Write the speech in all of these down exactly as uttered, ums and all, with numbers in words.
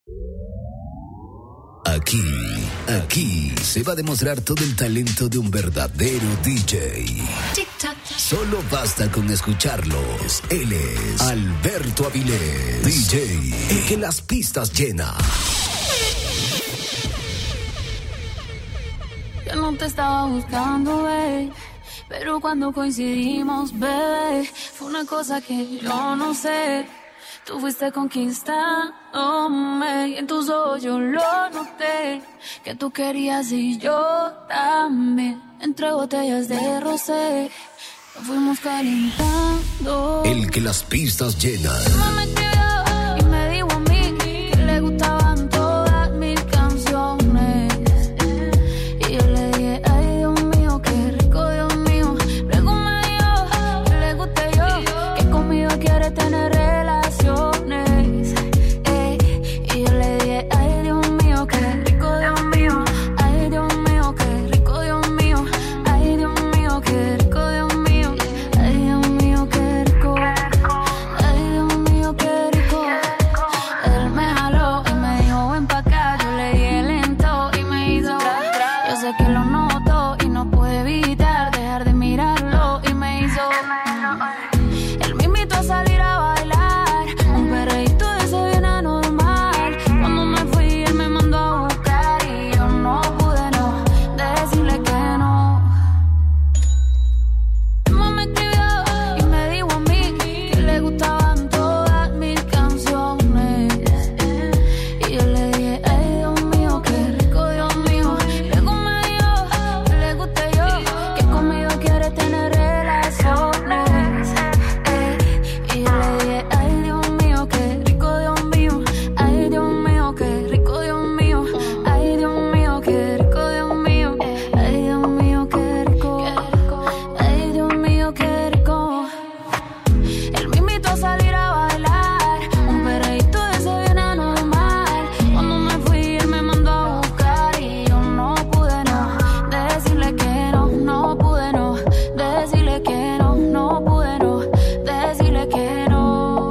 Aquí, aquí se va a demostrar todo el talento de un verdadero D J. Solo basta con escucharlos. Él es Alberto Avilés, D J, el que las pistas llena. Yo no te estaba buscando, babe, pero cuando coincidimos, bebé, fue una cosa que yo no sé. Tú fuiste conquistándome y en tus ojos yo lo noté, que tú querías y yo también. Entre botellas de rosé nos fuimos calentando. El que las pistas llenan. Mi mamá me escribió y me dijo a mí que le gustaban todas mis canciones. Y yo le dije, ay Dios mío, qué rico, Dios mío. Luego me dijo que le guste yo, que conmigo quiere tener relaciones. Eh, y yo le dije, ay Dios mío, qué rico, Dios mío. Ay Dios mío, qué rico, Dios mío. Ay Dios mío, qué rico, Dios mío. Ay Dios mío, qué rico. Ay Dios mío, qué rico. Él me jaló y me dijo, ven pa' acá. Yo le dije lento y me hizo. Yo sé que lo noto y no puedo evitar dejar de mirarlo y me hizo. Él me invitó a salir a bailar, un perreíto de ese bien anormal. Cuando me fui él me mandó a buscar y yo no pude no decirle que no. Mi mamá me escribió y me dijo a mí que le gustaban todas mis canciones. Y yo le dije, ay Dios mío, qué rico, Dios mío. Luego me dijo que le guste yo, que conmigo quiere tener relaciones. Eh, y yo le dije, ay Dios mío, qué rico, Dios mío. Ay Dios mío, qué rico, Dios mío. Ay Dios mío, qué rico, Dios mío. Ay Dios mío, qué rico. Ay Dios mío, qué rico. Él me invitó a salir a bailar, un perreíto de ese bien anormal. Cuando me fui él me mandó a buscar y yo no pude no decirle que no, no pude no decirle que no, no pude no decirle que no.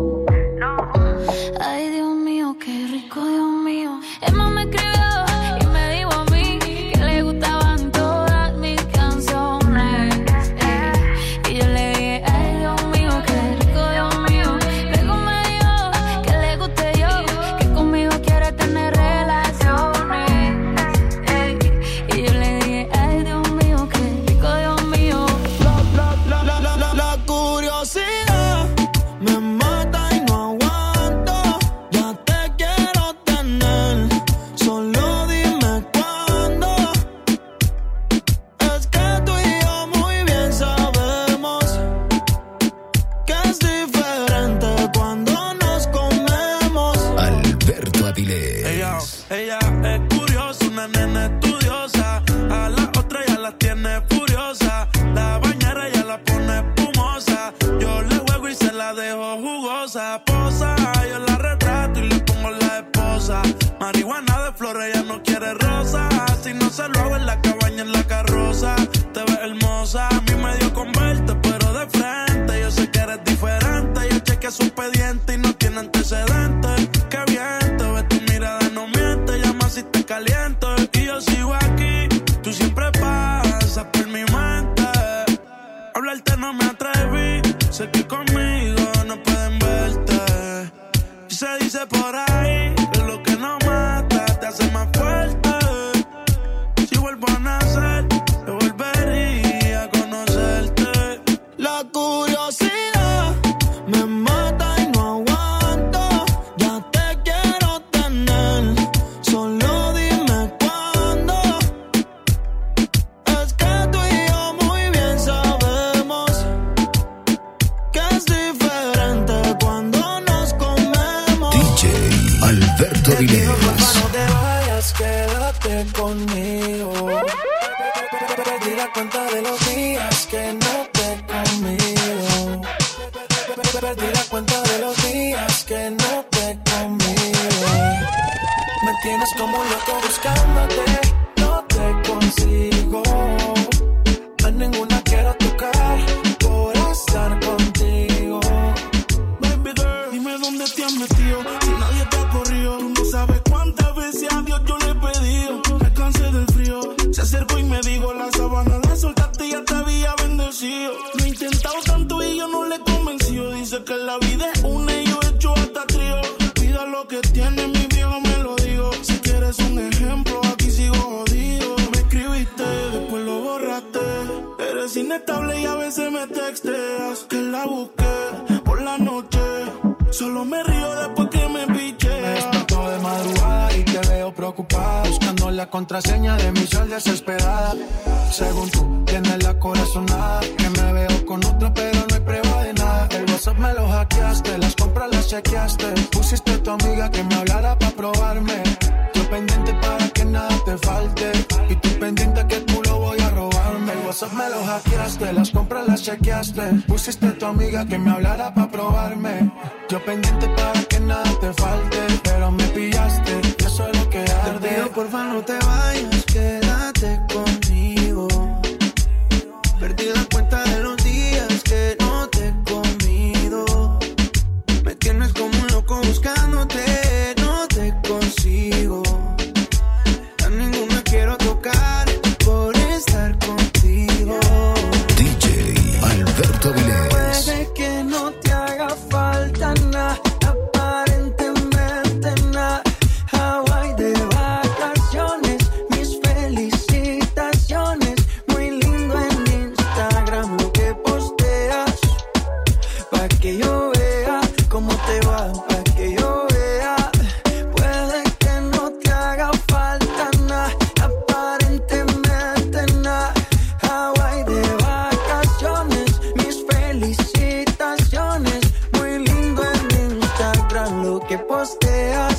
Ay Dios mío, qué rico, Dios mío. Él más me escribió y me dijo a mí que le gustaban todas mis canciones. Eh, y yo le dije, ay Dios mío, qué rico, Dios mío. Luego me dijo que le guste yo, que conmigo quiere tener relaciones. Eh, y yo le dije, ay Dios mío, qué rico, Dios mío. La, la, la, la, la, la, la curiosidad me mata y no aguanto. Ya te quiero tener, solo dime cuándo. Es que tú y yo muy bien sabemos que es diferente cuando nos comemos. Alberto Avilés. Ella, ella es curiosa, una nena estudiosa. A la otra ya la tiene furiosa. La bañera ya la pone espumosa. Yo le juego y se la dejo jugosa. Posa, yo la retrato y le pongo la esposa. Marihuana de flores, ella no quiere rosa. Si no se lo hago en la cabaña, en la carroza. Te ves hermosa, a mí me dio con verte, pero de frente. Yo sé que eres diferente. Yo chequeé su expediente y no tiene antecedentes. Qué bien, te ves, tu mirada no miente. Llama si te caliento y yo sigo aquí. Tú siempre pasas por mi mente. Hablarte no me atreví. Sé que conmigo no pueden verte. Y se dice por ahí que lo que no mata te hace más fuerte. Si vuelvo a nacer, yo volvería a conocerte. La curiosidad me mata y no aguanto. Ya te quiero tener, solo dime cuándo. Es que tú y yo muy bien sabemos que es diferente cuando nos comemos. D J Alberto Te digo, Avilés. porfa, no te vayas, quédate conmigo. Perdí la cuenta de los días que no te conmigo. Perdí la cuenta de los días que no te conmigo. Me tienes como un loco buscándote, no te consigo. A ninguna quiero tocar por estar contigo. Baby girl, dime dónde te has metido. Si nadie te ha corrido, tú no sé que la vida es una y yo he hecho hasta trío. Pida lo que tiene, mi viejo me lo digo. Si quieres un ejemplo, aquí sigo jodido. Me escribiste, después lo borraste. Eres inestable y a veces me texteas. Que la busqué por la noche. Solo me río después que me piche. Me desperto de madrugada y te veo preocupada, buscando la contraseña de mi sol desesperada. Según tú, tienes la corazonada, que me veo con otro pero no hay prueba de nada. El WhatsApp me lo hackeaste, las compras las chequeaste. Pusiste a tu amiga que me hablara pa' probarme. Yo pendiente para que nada te falte, y tú pendiente que el culo voy a robarme. El WhatsApp me lo hackeaste, las compras las chequeaste. Pusiste a tu amiga que me hablara pa' probarme. Yo pendiente para que nada te falte, pero me pillaste, y eso es lo que arde. Te pido porfa no te vayas, quédate conmigo. Perdí la cuenta de los días que no te he comido. Me tienes como un loco buscándote, no te consigo. A ninguna quiero tocar por estar contigo. D J Alberto Avilés. Puede que no te haga falta nada, aparentemente nada. Hawaii de vacaciones, mis felicitaciones. Muy lindo en Instagram lo que posteas, pa' que yo vea cómo te va, pa' que yo vea. Puede que no te haga falta nada, aparentemente nada. Hawaii de vacaciones, mis felicitaciones. Muy lindo en Instagram lo que posteas,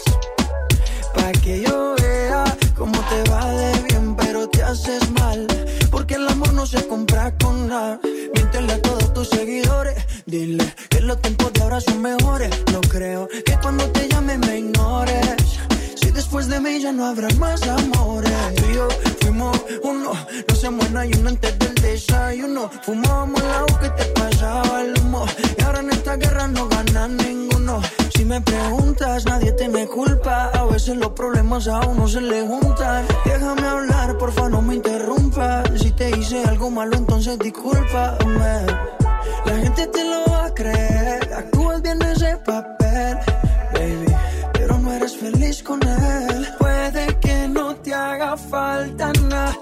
pa' que yo vea cómo te va de bien, pero te haces mal, porque el amor no se compra con nada. Miéntele a todos tus seguidores, dile que los tiempos de ahora son mejores. No creo que cuando te llame me ignores, si después de mí ya no habrá más amores. Tú y yo fuimos uno, no se muera y uno antes del desayuno. Fumábamos el agua que te pasaba el humo, y ahora en esta guerra no gana ninguno. Si me preguntas, nadie te me culpa, a veces los problemas a uno se le juntan. Déjame hablar, porfa no me interrumpas. Si te hice algo malo, entonces discúlpame. La gente te lo va a creer, actúas bien ese papel, baby, pero no eres feliz con él. Puede que no te haga falta nada,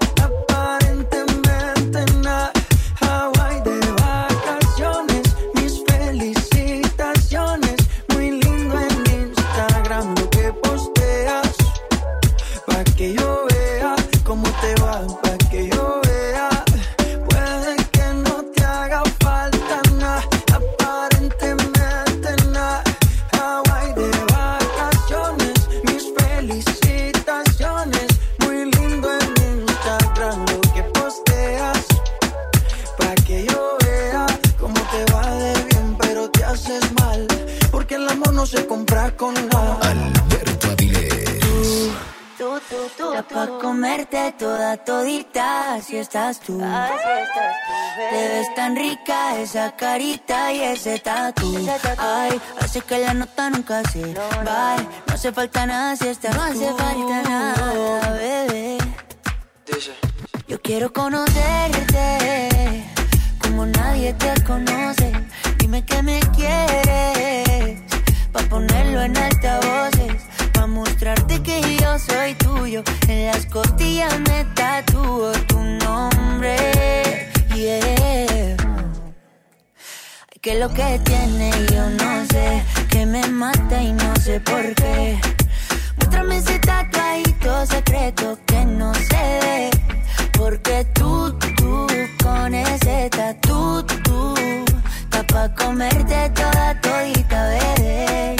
aparentemente nada. Hawaii de vacaciones, mis felicitaciones. Muy lindo en Instagram lo que posteas, pa' que yo vea cómo te va, pa' que yo vea. Puede que no te haga falta nada, aparentemente nada. Hawaii de vacaciones, mis felicitaciones. Muy lindo en Instagram lo que posteas, pa' que yo vea cómo te va de bien, pero te haces mal, porque el amor no se compra con nada. Alberto Avilés. Tú, tú, tú, ya pa' comerte toda todita, si estás tú. Ah, si estás tú, te ves tan rica esa carita y ese tatu. Ay, hace que la nota nunca se va. No hace falta nada si estás tú. No hace falta nada, bebé. Yo quiero conocerte como nadie te conoce. Dime que me quieres, pa' ponerlo en altavoces, pa' mostrarte que yo soy tuyo. En las costillas me tatúo tu nombre, yeah. Ay, que lo que tiene yo no sé, que me mata y no sé por qué. Muéstrame ese tatuadito secreto que no se ve, porque tú, tú, con ese tatu, tú, está pa' comerte toda todita, bebé.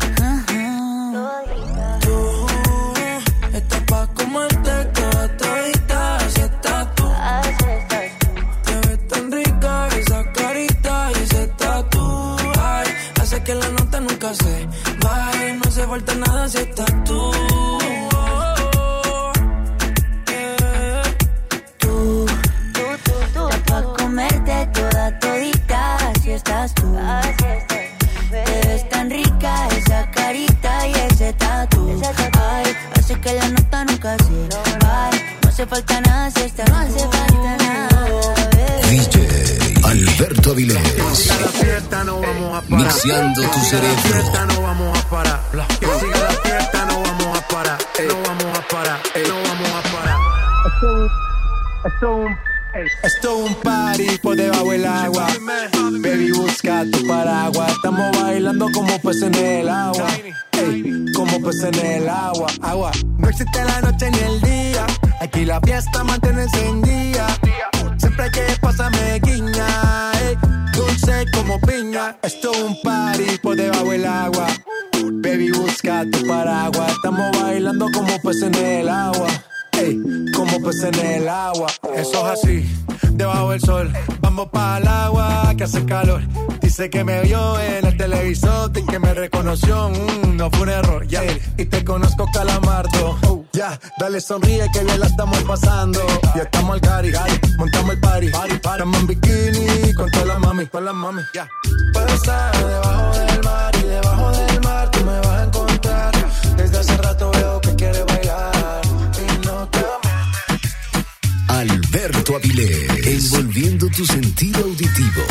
Comerte toda todita, así estás tú. Así estás tú. Te ves tan rica esa carita y ese tatu. Ay, hace que la nota nunca se baje, no hace falta nada si estás tú. Oh, yeah. Tú, tú, tú, tú, ya pa' comerte toda todita, así estás tú. Así estás tú. Te ves tan rica esa carita y ese tatu. Ay, hace que la nota nunca se va. No hace falta nada si está, no hace falta nada, bebé. D J Alberto Avilés. Que siga la fiesta, no vamos a parar. Mixeando tu cerebro. Que siga la fiesta, no vamos a parar. Que siga la fiesta, no vamos a parar. No vamos a parar, no vamos a parar. Esto es un... Esto es un party por debajo del agua. Baby, busca tu paraguas. Estamos bailando como peces en el agua. Ey, como peces en el agua. Agua. No existe la noche ni el día. Aquí la fiesta mantiene encendida. Siempre que pasa me guiña. Ey, dulce como piña. Esto es un party por debajo del agua. Baby, busca tu paraguas. Estamos bailando como peces en el agua. Ey, como peces en el agua. Eso es así, debajo del sol. Vamos para el agua, que hace calor. Dice que me vio en el televisor y que me reconoció. Mm, no fue un error, ya. Yeah. Y te conozco, Calamardo. Oh, ya, yeah. Dale sonríe que bien la estamos pasando. Ya estamos al cari, montamos el party. party, party. Estamos en bikini con todas las mami, con las mami. Ya. Yeah. Puedo estar debajo del mar y debajo del mar tú me vas a encontrar. Desde hace rato veo que quieres bailar. Alberto Avilés, envolviendo tu sentido auditivo.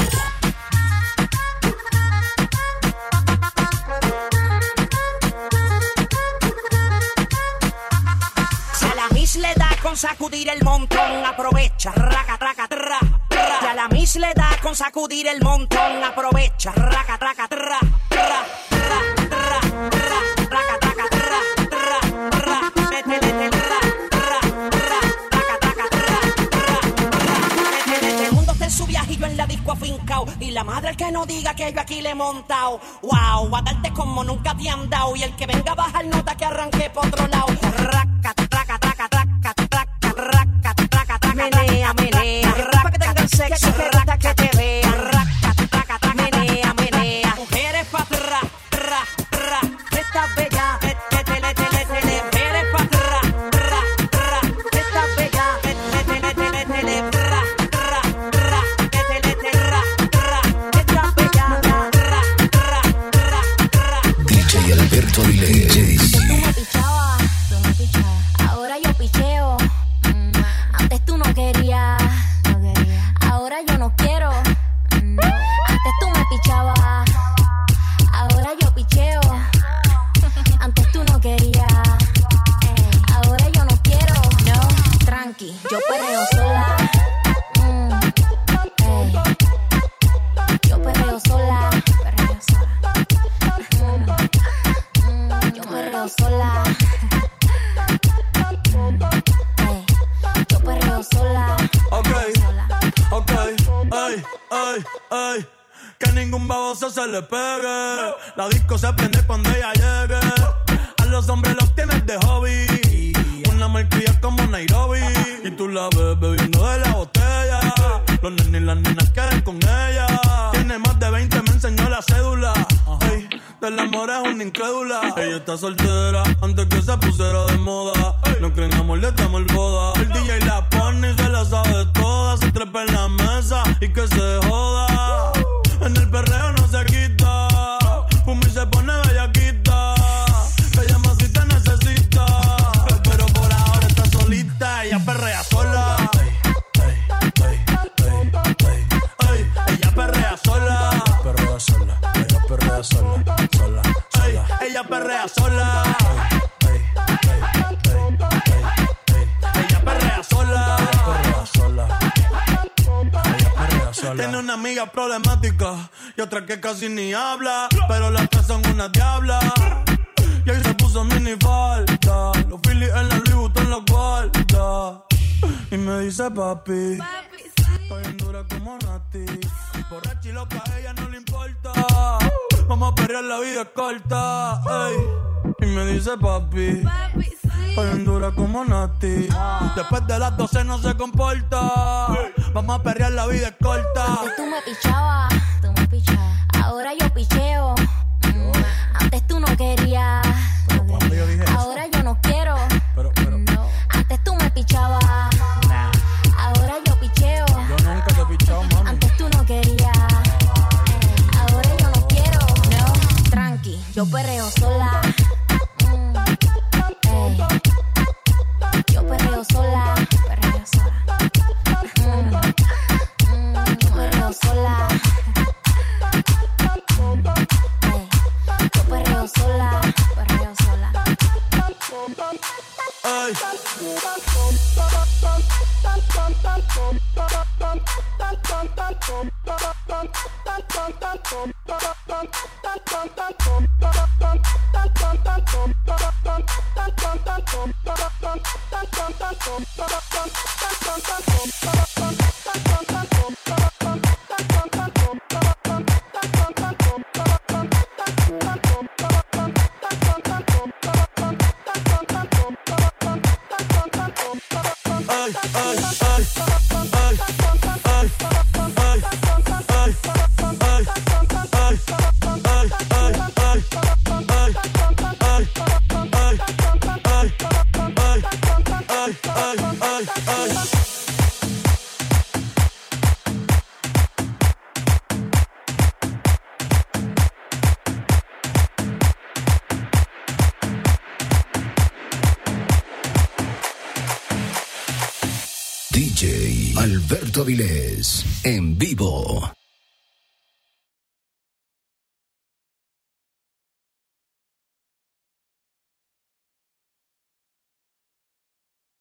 Si a la Miss le da con sacudir el montón, aprovecha, raca, traca, tra, tra. Si a la Miss le da con sacudir el montón, aprovecha, raca, traca, tra, tra, tra, tra, tra, raca, traca, tra, tra, tra, métele, métele, tra. Su viaje y yo en la disco afincao. Y la madre el que no diga que yo aquí le he montao. Wow, a darte como nunca te han dado. Y el que venga a bajar nota que arranque por otro lado. Raca, traca, traca, traca, traca, raca, traca, traca, menea, menea. Para que tengan sexo, raca, que te vea. Raca, traca, traca, menea, menea. Mujeres pa' atrás, tra, tra. Estás bella, tele, tele, tele. Mujeres pa' atrás, tra, tra. Estás bella, tele, tele, tele, tele. Alberto Avilés. Tú me pichabas, tú me pichabas. Ahora yo picheo. Mm. Antes tú no querías. No quería. Ahora yo no quiero. No. Antes tú me pichabas. Ahora yo picheo. Antes tú no querías. Ey. Ahora yo no quiero. No, tranqui, yo perreo sola. Mm. Ey. Yo perreo sola. Perreo sola. Mm. Yo perreo sola. Hey, yo perreo sola. Ok, sola. ok, ay, ay, ay. Que ningún baboso se le pegue. La disco se prende cuando ella llegue. A los hombres los tienes de hobby. Una malcria como Nairobi. Y tú la ves bebiendo de la botella. Los nenes y las nenas quieren con ella. Tiene más de veinte, me enseñó la cédula. Ay, del amor es una incrédula. Ella está soltera antes que se pusiera de moda. No creen amor, le damos el boda. El D J la pone y se la sabe toda. Se trepa en la mesa y que se joda. En el perreo no se quita. Fumi se pone bellaquita. Ella más si te necesita. Pero por ahora está solita. Ella perrea sola. Ella perrea sola. Perrea sola. Ella perrea sola. Sola. Sola. Ella perrea sola. Ella perrea sola. Perrea sola. Ella perrea sola. Tiene una amiga problemática y otra que casi ni habla, pero las tres son una diabla. Y ahí se puso mini falta. Los Phillies en la Louis Vuitton los guarda. Y me dice papi, estoy en dura como Nati. Borracha y loca, a ella no le importa. Vamos a perrear, la vida es corta. Ey. Y me dice papi, estoy en dura como Nati. Después de las doce no se comporta. Vamos a perrear, la vida es corta. Antes tú me pichabas, tú me pichabas. Ahora yo picheo. Mm. Antes tú no querías. Pero cuando yo dije eso. Ahora yo no quiero. Pero, pero. No. Antes tú me pichabas. Nah. Ahora yo picheo. Yo nunca te he pichado, mami. Antes tú no querías. Ahora yo no quiero. No, tranqui, yo perreo sola. Mm. Ey. Yo perreo sola. Perreo sola. Mm. Mm. Yo perreo sola. D J Alberto Avilés, en vivo.